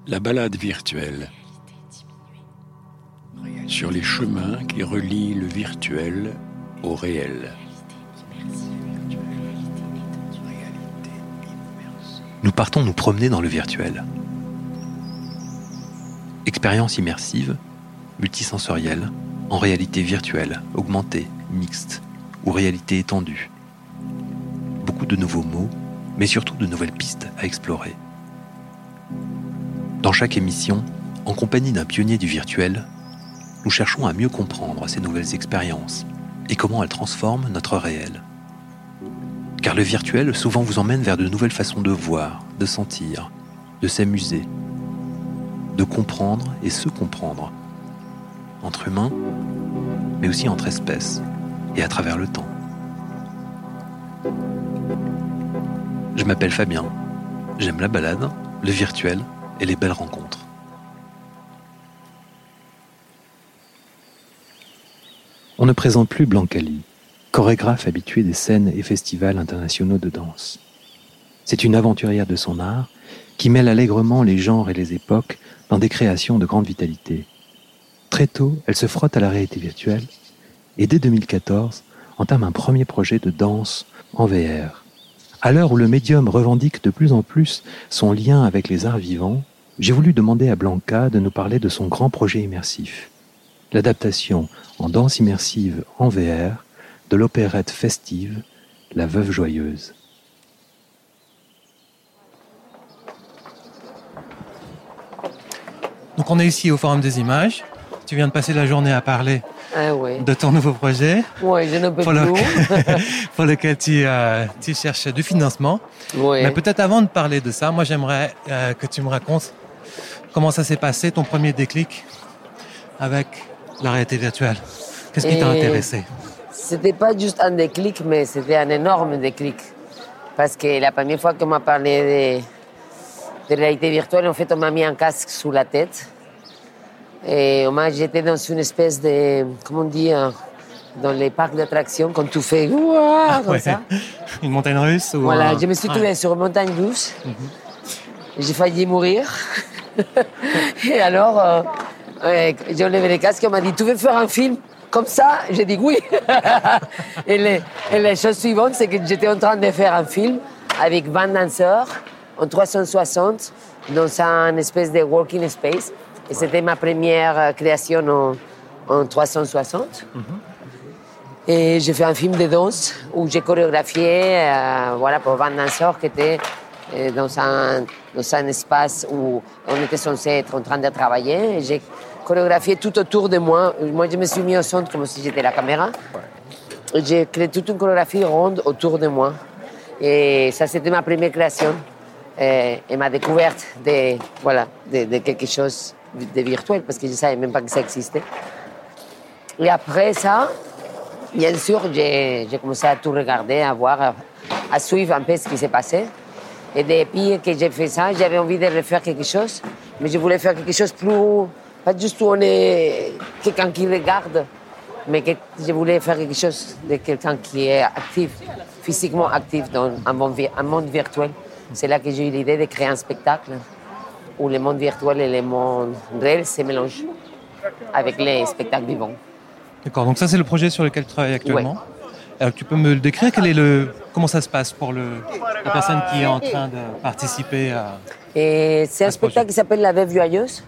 La balade virtuelle. Sur les chemins qui relient le virtuel au réel. Nous partons nous promener dans le virtuel. Expérience immersive, multisensorielle, en réalité virtuelle, augmentée, mixte ou réalité étendue. Beaucoup de nouveaux mots, mais surtout de nouvelles pistes à explorer. Dans chaque émission, en compagnie d'un pionnier du virtuel, nous cherchons à mieux comprendre ces nouvelles expériences et comment elles transforment notre réel. Car le virtuel souvent vous emmène vers de nouvelles façons de voir, de sentir, de s'amuser, de comprendre et se comprendre, entre humains, mais aussi entre espèces et à travers le temps. Je m'appelle Fabien, j'aime la balade, le virtuel et les belles rencontres. On ne présente plus Blancali, chorégraphe habitué des scènes et festivals internationaux de danse. C'est une aventurière de son art qui mêle allègrement les genres et les époques dans des créations de grande vitalité. Très tôt, elle se frotte à la réalité virtuelle et dès 2014, entame un premier projet de danse en VR. À l'heure où le médium revendique de plus en plus son lien avec les arts vivants, j'ai voulu demander à Blanca de nous parler de son grand projet immersif, l'adaptation en danse immersive en VR de l'opérette festive La Veuve Joyeuse. Donc on est ici au Forum des Images. Tu viens de passer la journée à parler de ton nouveau projet. Oui, je ne peux plus. Pour lequel tu cherches du financement. Oui. Mais peut-être avant de parler de ça, moi j'aimerais que tu me racontes comment ça s'est passé, ton premier déclic avec la réalité virtuelle. Qu'est-ce qui t'a intéressé? C'était pas juste un déclic, mais c'était un énorme déclic. Parce que la première fois qu'on m'a parlé de réalité virtuelle, en fait, on m'a mis un casque sous la tête. Et on m'a jeté dans une espèce de, comment on dit, dans les parcs d'attractions, quand tu fais comme ça. Une montagne russe ou Voilà, je me suis trouvée sur une montagne russe. J'ai failli mourir. Et alors, j'ai enlevé les casques et on m'a dit, tu veux faire un film comme ça? J'ai dit oui. et la chose suivante, c'est que j'étais en train de faire un film avec 20 danseurs en 360 dans un espèce de working space. Et c'était ma première création en 360. Et j'ai fait un film de danse où j'ai chorégraphié pour 20 danseurs qui étaient dans un espace où on était censé être en train de travailler. Et j'ai chorégraphié tout autour de moi. Moi, je me suis mis au centre comme si j'étais la caméra. Et j'ai créé toute une chorégraphie ronde autour de moi. Et ça, c'était ma première création. Et ma découverte de quelque chose de virtuel, parce que je ne savais même pas que ça existait. Et après ça, bien sûr, j'ai commencé à tout regarder, à voir, à suivre un peu ce qui s'est passé. Et depuis que j'ai fait ça, j'avais envie de refaire quelque chose, mais je voulais faire quelque chose plus, pas juste où on est quelqu'un qui regarde, mais que je voulais faire quelque chose de quelqu'un qui est actif, physiquement actif dans un monde virtuel. C'est là que j'ai eu l'idée de créer un spectacle où le monde virtuel et le monde réel se mélangent avec les spectacles vivants. D'accord, donc ça c'est le projet sur lequel tu travailles actuellement. Ouais. Alors, tu peux me le décrire, comment ça se passe pour la personne qui est en train de participer à... Et c'est un spectacle qui s'appelle La Veuve Joyeuse.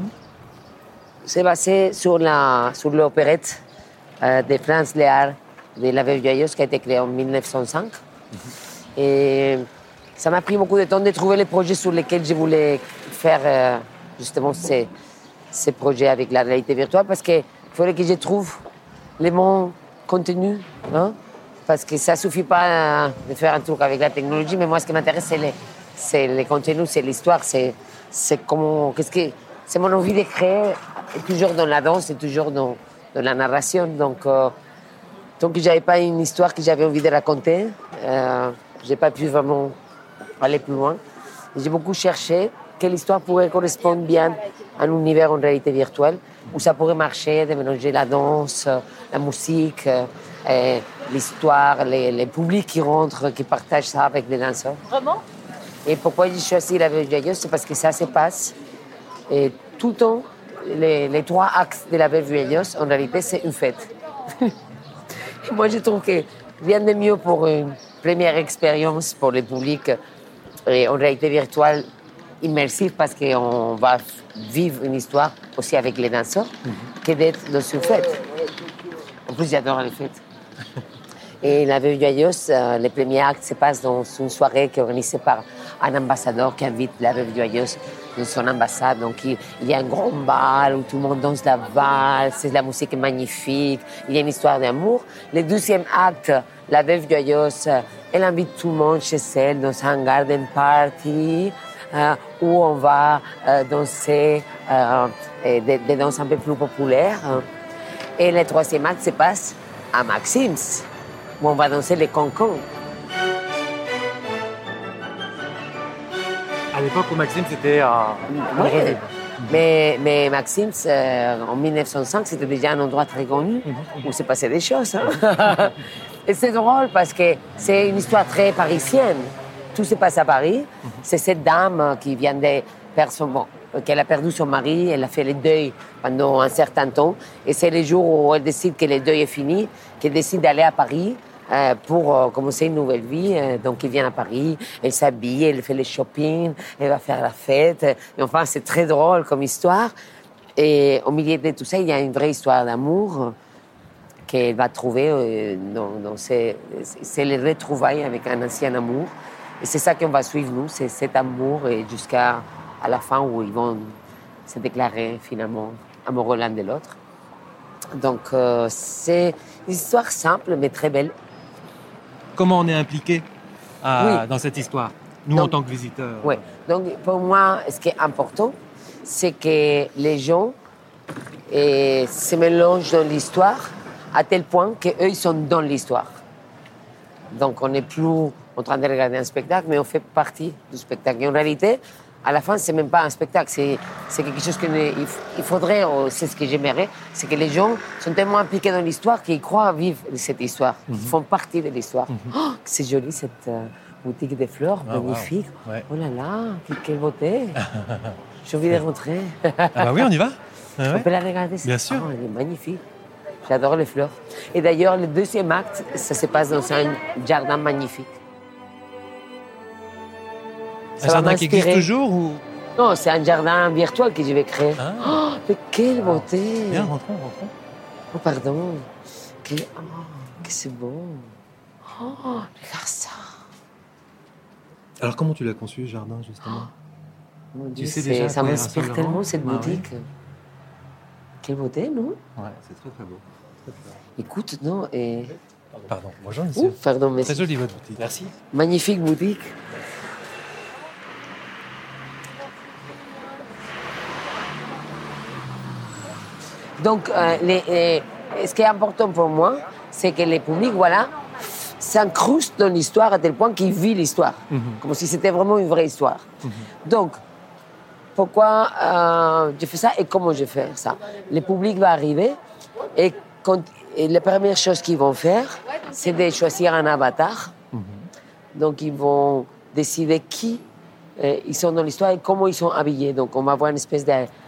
C'est basé sur l'opérette de Franz Lehár de La Veuve Joyeuse qui a été créée en 1905. Et ça m'a pris beaucoup de temps de trouver les projets sur lesquels je voulais faire justement ces projets avec la réalité virtuelle, parce qu'il fallait que je trouve les bons contenus, hein? Parce que ça ne suffit pas de faire un truc avec la technologie, mais moi ce qui m'intéresse c'est les contenus, c'est l'histoire, c'est mon envie de créer, et toujours dans la danse et toujours dans la narration. Donc tant que j'avais pas une histoire que j'avais envie de raconter, j'ai pas pu vraiment aller plus loin. J'ai beaucoup cherché quelle histoire pourrait correspondre bien à un univers en réalité virtuelle, où ça pourrait marcher, de mélanger la danse, la musique, l'histoire, les publics qui rentrent, qui partagent ça avec les danseurs. Vraiment? Et pourquoi j'ai choisi La Veuve Joyeuse, c'est parce que ça se passe Et tout le temps, les 3 actes de la Veuve joyeuse, en réalité, c'est une fête. Et moi, je trouve que rien de mieux pour une première expérience pour le public et en réalité virtuelle immersive parce qu'on va vivre une histoire aussi avec les danseurs que d'être dans une fête. En plus, j'adore les fêtes. Et la Veuve joyeuse, les premiers actes se passent dans une soirée qui est organisée par un ambassadeur qui invite la Veuve joyeuse dans son ambassade. Donc, il y a un grand bal où tout le monde danse la valse, la musique est magnifique, il y a une histoire d'amour. Le deuxième acte, la Veuve joyeuse, elle invite tout le monde chez elle dans un garden party où on va danser des danses un peu plus populaires. Et le troisième acte se passe à Maxim's, où on va danser les cancans. À l'époque où Maxime, c'était à Oui. Mais Maxim's, en 1905, c'était déjà un endroit très connu où se passaient des choses. Hein. Et c'est drôle parce que c'est une histoire très parisienne. Tout se passe à Paris. C'est cette dame qui vient de perdre qu'elle a perdu son mari, elle a fait le deuil pendant un certain temps. Et c'est le jour où elle décide que le deuil est fini, qu'elle décide d'aller à Paris pour commencer une nouvelle vie. Donc, elle vient à Paris, elle s'habille, elle fait le shopping, elle va faire la fête. Et enfin, c'est très drôle comme histoire. Et au milieu de tout ça, il y a une vraie histoire d'amour qu'elle va trouver dans c'est les retrouvailles avec un ancien amour. Et c'est ça qu'on va suivre, nous, c'est cet amour et jusqu'à la fin où ils vont se déclarer finalement amoureux l'un de l'autre. Donc, c'est une histoire simple mais très belle. Comment on est impliqué Oui. dans cette histoire, nous Donc, en tant que visiteurs? Oui. Donc, pour moi, ce qui est important, c'est que les gens se mélangent dans l'histoire à tel point qu'eux, ils sont dans l'histoire. Donc, on n'est plus en train de regarder un spectacle, mais on fait partie du spectacle. Et en réalité, à la fin, c'est même pas un spectacle, c'est quelque chose qu'il faudrait, c'est ce que j'aimerais, c'est que les gens sont tellement impliqués dans l'histoire qu'ils croient vivre cette histoire, ils font partie de l'histoire. Oh, c'est joli cette boutique de fleurs, magnifique. Wow. Ouais. Oh là là, quelle beauté. J'ai envie de rentrer. Ah bah oui, on y va. Ah On ouais. peut la regarder. Bien sûr. Oh, elle est magnifique. J'adore les fleurs. Et d'ailleurs, le deuxième acte, ça se passe dans un jardin magnifique. Un jardin qui existe toujours ou... Non, c'est un jardin virtuel que je vais créer. Ah. Oh, mais quelle beauté! Bien, rentrons. Oh, pardon. Que c'est beau. Oh, regarde ça. Alors, comment tu l'as conçu, ce jardin, justement? Mon Dieu, sais déjà ça quoi il m'inspire ressemblera? tellement, cette Bah boutique. oui. Quelle beauté, non? Ouais, c'est très, très beau. Écoute, non, et... Pardon, bonjour, monsieur. Ouh, pardon, mais Très jolie, votre boutique. Merci. magnifique boutique. Donc, ce qui est important pour moi, c'est que le public, voilà, s'incruste dans l'histoire à tel point qu'il vit l'histoire, comme si c'était vraiment une vraie histoire. Donc, pourquoi je fais ça et comment je fais ça? Le public va arriver et la première chose qu'ils vont faire, c'est de choisir un avatar. Donc, ils vont décider qui ils sont dans l'histoire et comment ils sont habillés. Donc, on va avoir une espèce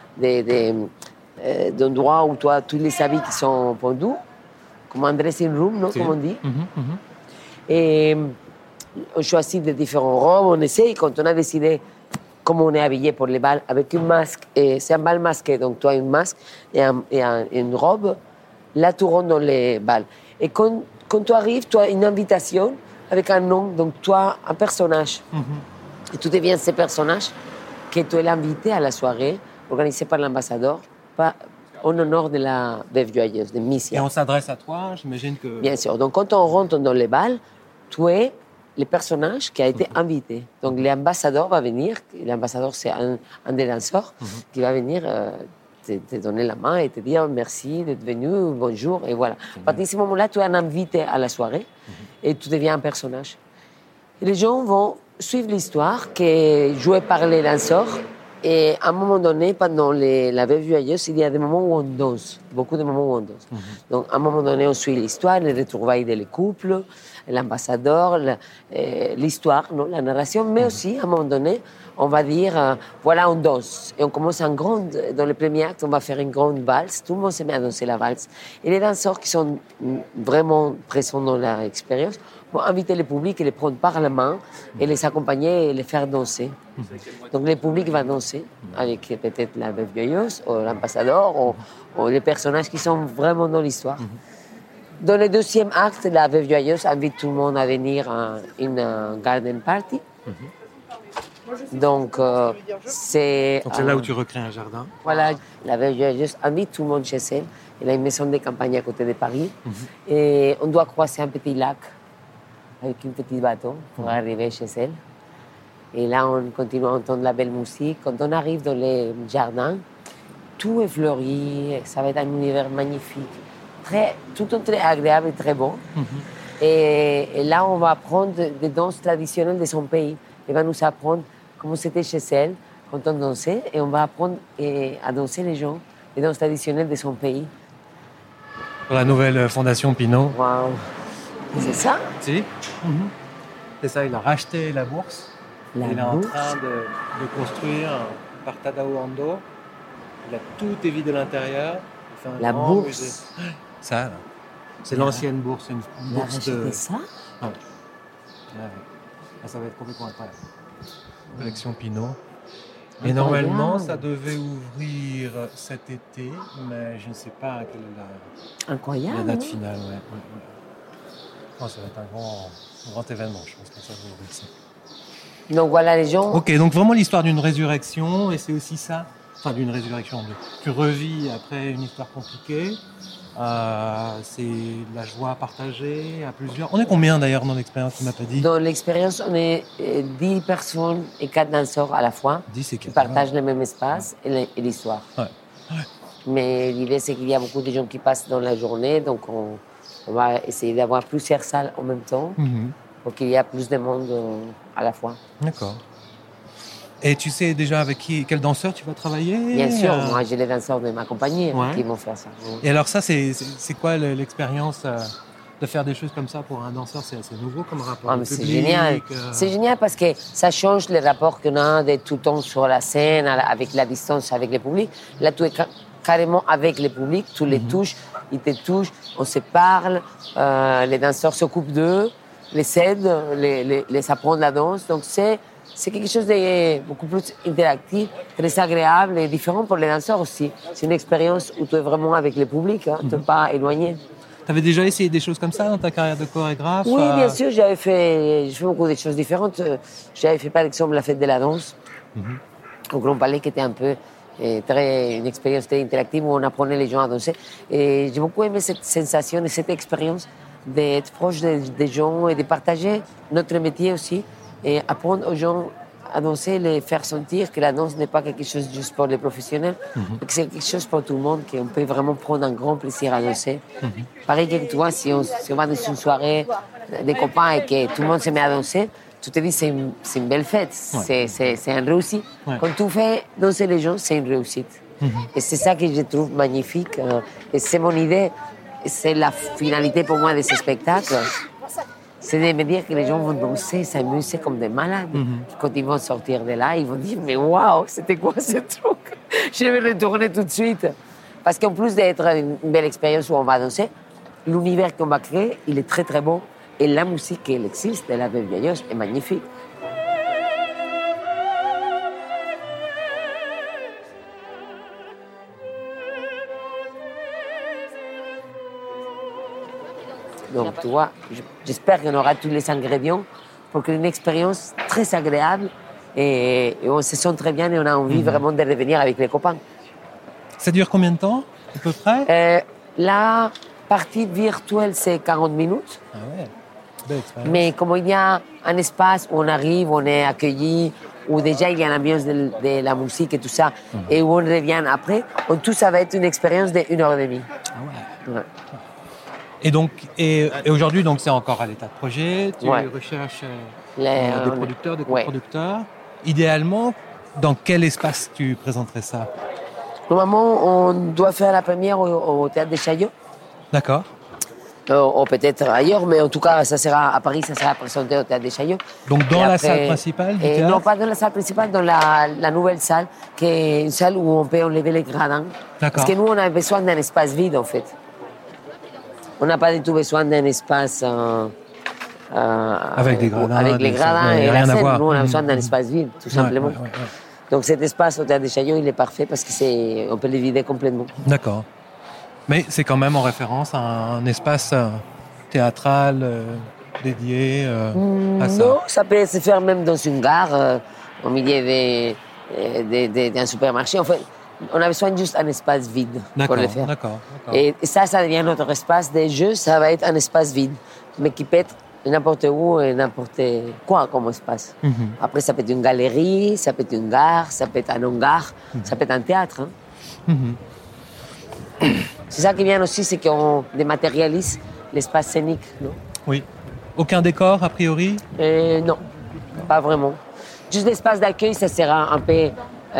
d'endroit où toi, tous les habits qui sont pendus, comme un dressing room, non, comme on dit. Et on choisit des différentes robes, on essaye, quand on a décidé comment on est habillé pour les balles, avec un masque, et c'est un bal masqué, donc tu as un masque et une robe, là tu rentres dans les balles. Et quand tu arrives, tu as une invitation avec un nom, donc tu as un personnage. Et tu deviens ce personnage que tu es l'invité à la soirée, organisée par l'ambassadeur, en honneur de la Veuve joyeuse, de Missia. Et on s'adresse à toi, j'imagine que... Bien sûr. Donc, quand on rentre dans les balles, tu es le personnage qui a été invité. Donc, l'ambassadeur va venir. L'ambassadeur, c'est un des danseurs qui va venir te donner la main et te dire merci d'être venu, bonjour, et voilà. À partir de ce moment-là, tu es un invité à la soirée et tu deviens un personnage. Et les gens vont suivre l'histoire qui est jouée par les danseurs. Et à un moment donné, pendant la Veuve joyeuse, il y a des moments où on danse. beaucoup de moments où on danse. Donc, à un moment donné, on suit l'histoire, les retrouvailles des couples, l'ambassadeur, l'histoire, non, la narration, mais aussi, à un moment donné, on va dire, voilà, on danse. Et on commence en grande, dans le premier acte, on va faire une grande valse. Tout le monde se met à danser la valse. Et les danseurs qui sont vraiment présents dans leur expérience vont inviter le public et les prendre par la main et les accompagner et les faire danser. Donc le public va danser avec peut-être la Veuve Joyeuse ou l'ambassadeur ou les personnages qui sont vraiment dans l'histoire. Dans le deuxième acte, la Veuve Joyeuse invite tout le monde à venir à une garden party. Donc, c'est là où tu recrées un jardin. Voilà, la Veuve Joyeuse invite tout le monde chez elle. Elle a une maison de campagne à côté de Paris. Et on doit croiser un petit lac avec un petit bateau pour arriver chez elle. Et là, on continue à entendre la belle musique. Quand on arrive dans les jardins, tout est fleuri, ça va être un univers magnifique. Tout est très agréable et très beau. Et là, on va apprendre des danses traditionnelles de son pays. Elle va nous apprendre comment c'était chez elle, quand on dansait, et on va apprendre à danser les danses traditionnelles de son pays. Pour la nouvelle fondation Pinault. Waouh! C'est ça? Si. C'est ça, il a racheté la bourse. Il est en train de construire par Tadao Ando. Il a tout évidé de l'intérieur. Il fait un La grand bourse? musée. Ça, là. C'est l'ancienne bourse. C'est une bourse de... ça? Ouais. Ça va être complètement incroyable. Collection Pinault. Et normalement, ça devait ouvrir cet été, mais je ne sais pas quelle est Incroyable. la date finale. Ouais. Oh, ça va être un grand événement, je pense que ça va ouvrir ça. Donc voilà les gens. Ok, donc vraiment l'histoire d'une résurrection, et c'est aussi ça, enfin d'une résurrection, tu revis après une histoire compliquée, c'est de la joie partagée à plusieurs. On est combien d'ailleurs dans l'expérience, tu m'as pas dit? Dans l'expérience, on est 10 personnes et 4 danseurs à la fois 10 et qui 4, partagent le même espace et l'histoire. Ouais. Mais l'idée, c'est qu'il y a beaucoup de gens qui passent dans la journée, donc on va essayer d'avoir plusieurs salles en même temps pour qu'il y ait plus de monde à la fois. D'accord. Et tu sais déjà avec quel danseur tu vas travailler? Bien sûr, moi j'ai les danseurs de ma compagnie qui vont faire ça. Et alors ça, c'est quoi l'expérience de faire des choses comme ça pour un danseur? C'est assez nouveau comme rapport au public. C'est génial. C'est génial parce que ça change les rapports qu'on a de tout le temps sur la scène, avec la distance avec le public. Là, tu es carrément avec le public, tu les touches, ils te touchent, on se parle, les danseurs s'occupent d'eux, les aident, les apprennent la danse. Donc c'est quelque chose de beaucoup plus interactif, très agréable et différent pour les danseurs aussi. C'est une expérience où tu es vraiment avec le public, tu n'es pas éloigné. Tu avais déjà essayé des choses comme ça dans ta carrière de chorégraphe? Oui, bien sûr, j'ai fait beaucoup de choses différentes. J'avais fait par exemple la fête de la danse au Grand Palais, qui était un peu une expérience très interactive où on apprenait les gens à danser. Et j'ai beaucoup aimé cette sensation et cette expérience d'être proche des gens et de partager notre métier aussi et apprendre aux gens à danser, les faire sentir que la danse n'est pas quelque chose juste pour les professionnels, mais que c'est quelque chose pour tout le monde, qu'on peut vraiment prendre un grand plaisir à danser. Pareil que toi, si on va dans une soirée des copains et que tout le monde se met à danser, tu te dis c'est une belle fête, c'est une réussite. Quand tu fais danser les gens, c'est une réussite. Et c'est ça que je trouve magnifique. Et c'est mon idée, c'est la finalité pour moi de ce spectacle. C'est de me dire que les gens vont danser, s'amuser comme des malades. Quand ils vont sortir de là, ils vont dire « Mais waouh, c'était quoi ce truc ?» Je vais retourner tout de suite. Parce qu'en plus d'être une belle expérience où on va danser, l'univers qu'on va créer, il est très très beau. Et la musique qui existe de la Veuve Joyeuse est magnifique. Donc, tu vois, j'espère qu'on aura tous les ingrédients pour qu'il y ait une expérience très agréable et on se sent très bien et on a envie vraiment de revenir avec les copains. Ça dure combien de temps, à peu près? La partie virtuelle, c'est 40 minutes. Ah ouais, belle expérience. Mais comme il y a un espace où on arrive, on est accueilli, où déjà il y a l'ambiance de la musique et tout ça, et où on revient après, tout ça va être une expérience de 1h30. Ah ouais. Et donc, et aujourd'hui, donc, c'est encore à l'état de projet. Tu recherches des producteurs, des coproducteurs. Idéalement, dans quel espace tu présenterais ça? Normalement, on doit faire la première au Théâtre des Chaillots. D'accord. Ou peut-être ailleurs, mais en tout cas, ça sera à Paris, ça sera présenté au Théâtre des Chaillots. Donc dans la salle principale du théâtre? Non, pas dans la salle principale, dans la nouvelle salle, qui est une salle où on peut enlever les gradins. Parce que nous, on a besoin d'un espace vide, en fait. On n'a pas du tout besoin d'un espace... avec des gradins. Avec les gradins et la scène, nous, on a besoin d'un espace vide, tout simplement. Ouais. Donc cet espace au Théâtre des Chaillots, il est parfait parce qu'on peut le vider complètement. D'accord. Mais c'est quand même en référence à un espace théâtral dédié à ça. Non, ça peut se faire même dans une gare, au milieu d'un supermarché. En fait, on a besoin juste d'un espace vide pour le faire. D'accord. Et ça devient notre espace de jeu, ça va être un espace vide, mais qui peut être n'importe où et n'importe quoi comme espace. Après, ça peut être une galerie, ça peut être une gare, ça peut être un hangar, ça peut être un théâtre. C'est ça qui vient aussi, c'est qu'on dématérialise l'espace scénique, non? Oui. Aucun décor, a priori? Non, pas vraiment. Juste l'espace d'accueil, ça sera un peu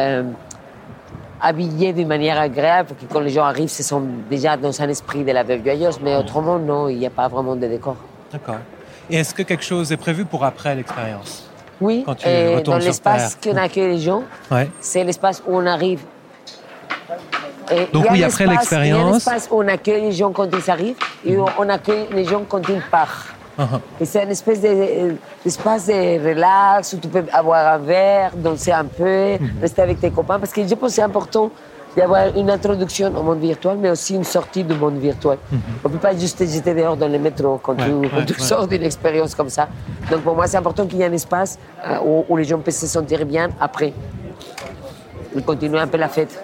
habillé d'une manière agréable pour que quand les gens arrivent, ce sont déjà dans un esprit de la Veuve Joyeuse, mais autrement, non, il n'y a pas vraiment de décor. D'accord. Et est-ce que quelque chose est prévu pour après l'expérience? Oui, quand tu retournes dans sur l'espace Terre. qu'on accueille les gens, c'est l'espace où on arrive. Et donc oui, après l'expérience... Il y a l'espace où on accueille les gens quand ils arrivent et où on accueille les gens quand ils partent. Et c'est une espèce d'espace de relax où tu peux avoir un verre, danser un peu, rester avec tes copains. Parce que je pense que c'est important d'avoir une introduction au monde virtuel, mais aussi une sortie du monde virtuel. On ne peut pas juste te jeter dehors dans le métro quand tu sors d'une expérience comme ça. Donc pour moi, c'est important qu'il y ait un espace où les gens peuvent se sentir bien après. Et continuer un peu la fête.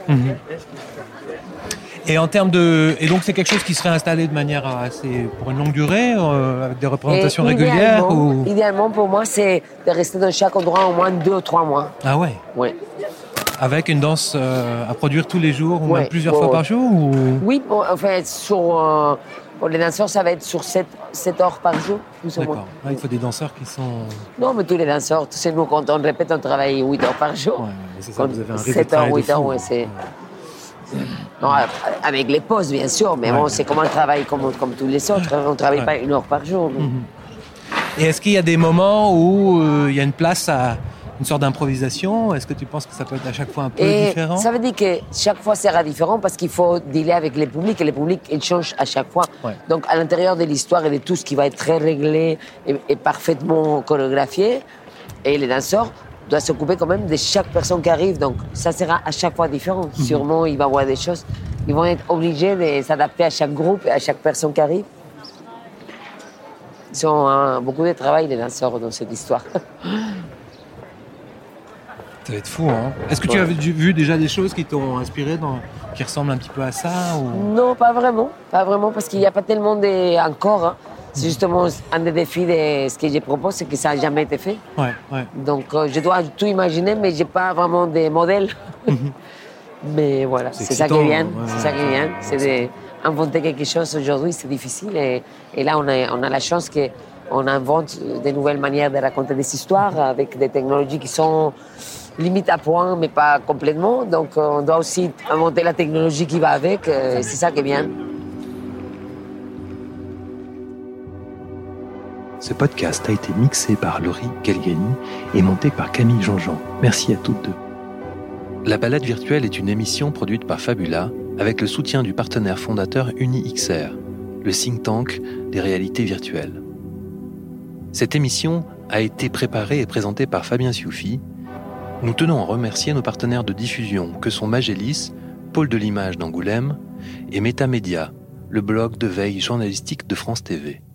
Et en termes de... Et donc c'est quelque chose qui serait installé de manière assez... pour une longue durée, avec des représentations régulières ou... Idéalement, pour moi, c'est de rester dans chaque endroit au moins 2 ou 3 mois. Ah ouais? Oui. Avec une danse à produire tous les jours ou même plusieurs fois par jour ou... Oui, en fait, pour les danseurs, ça va être sur 7 heures par jour, plus ou moins. D'accord. Ah, il faut des danseurs qui sont... Non, mais tous les danseurs, tu sais, nous, quand on répète, on travaille 8 heures par jour. Ouais, c'est ça, vous avez un rythme 7 heures, 8 heures, ouais, c'est... Non, avec les pauses, bien sûr, mais bon, c'est comme un travail comme tous les autres. On ne travaille pas 1 heure par jour. Et est-ce qu'il y a des moments où il y a une place à une sorte d'improvisation? Est-ce que tu penses que ça peut être à chaque fois un peu différent? Ça veut dire que chaque fois sera différent parce qu'il faut dealer avec le public et le public, il change à chaque fois. Donc, à l'intérieur de l'histoire et de tout ce qui va être très réglé et parfaitement chorégraphié, et les danseurs doivent s'occuper quand même de chaque personne qui arrive. Donc, ça sera à chaque fois différent. Sûrement, il va y avoir des choses. Ils vont être obligés de s'adapter à chaque groupe et à chaque personne qui arrive. Ils ont beaucoup de travail, les danseurs, dans cette histoire. Ça va être fou, hein? Est-ce que tu as vu déjà des choses qui t'ont inspiré, qui ressemblent un petit peu à ça ou... Non, pas vraiment. Pas vraiment, parce qu'il n'y a pas tellement encore. Hein. C'est justement un des défis de ce que je propose, c'est que ça n'a jamais été fait. Donc, je dois tout imaginer, mais je n'ai pas vraiment de modèle. Mais voilà, c'est ça qui vient. C'est ça qui vient. C'est d'inventer quelque chose aujourd'hui, c'est difficile. Et là, on a la chance qu'on invente de nouvelles manières de raconter des histoires avec des technologies qui sont limite à point, mais pas complètement. Donc, on doit aussi inventer la technologie qui va avec. C'est ça qui est bien. Ce podcast a été mixé par Laurie Galliani et monté par Camille Jean-Jean. Merci à toutes deux. La balade virtuelle est une émission produite par Fabula avec le soutien du partenaire fondateur UniXR, le think tank des réalités virtuelles. Cette émission a été préparée et présentée par Fabien Sioufi. Nous tenons à remercier nos partenaires de diffusion que sont Magélis, Pôle de l'image d'Angoulême et Métamédia, le blog de veille journalistique de France TV.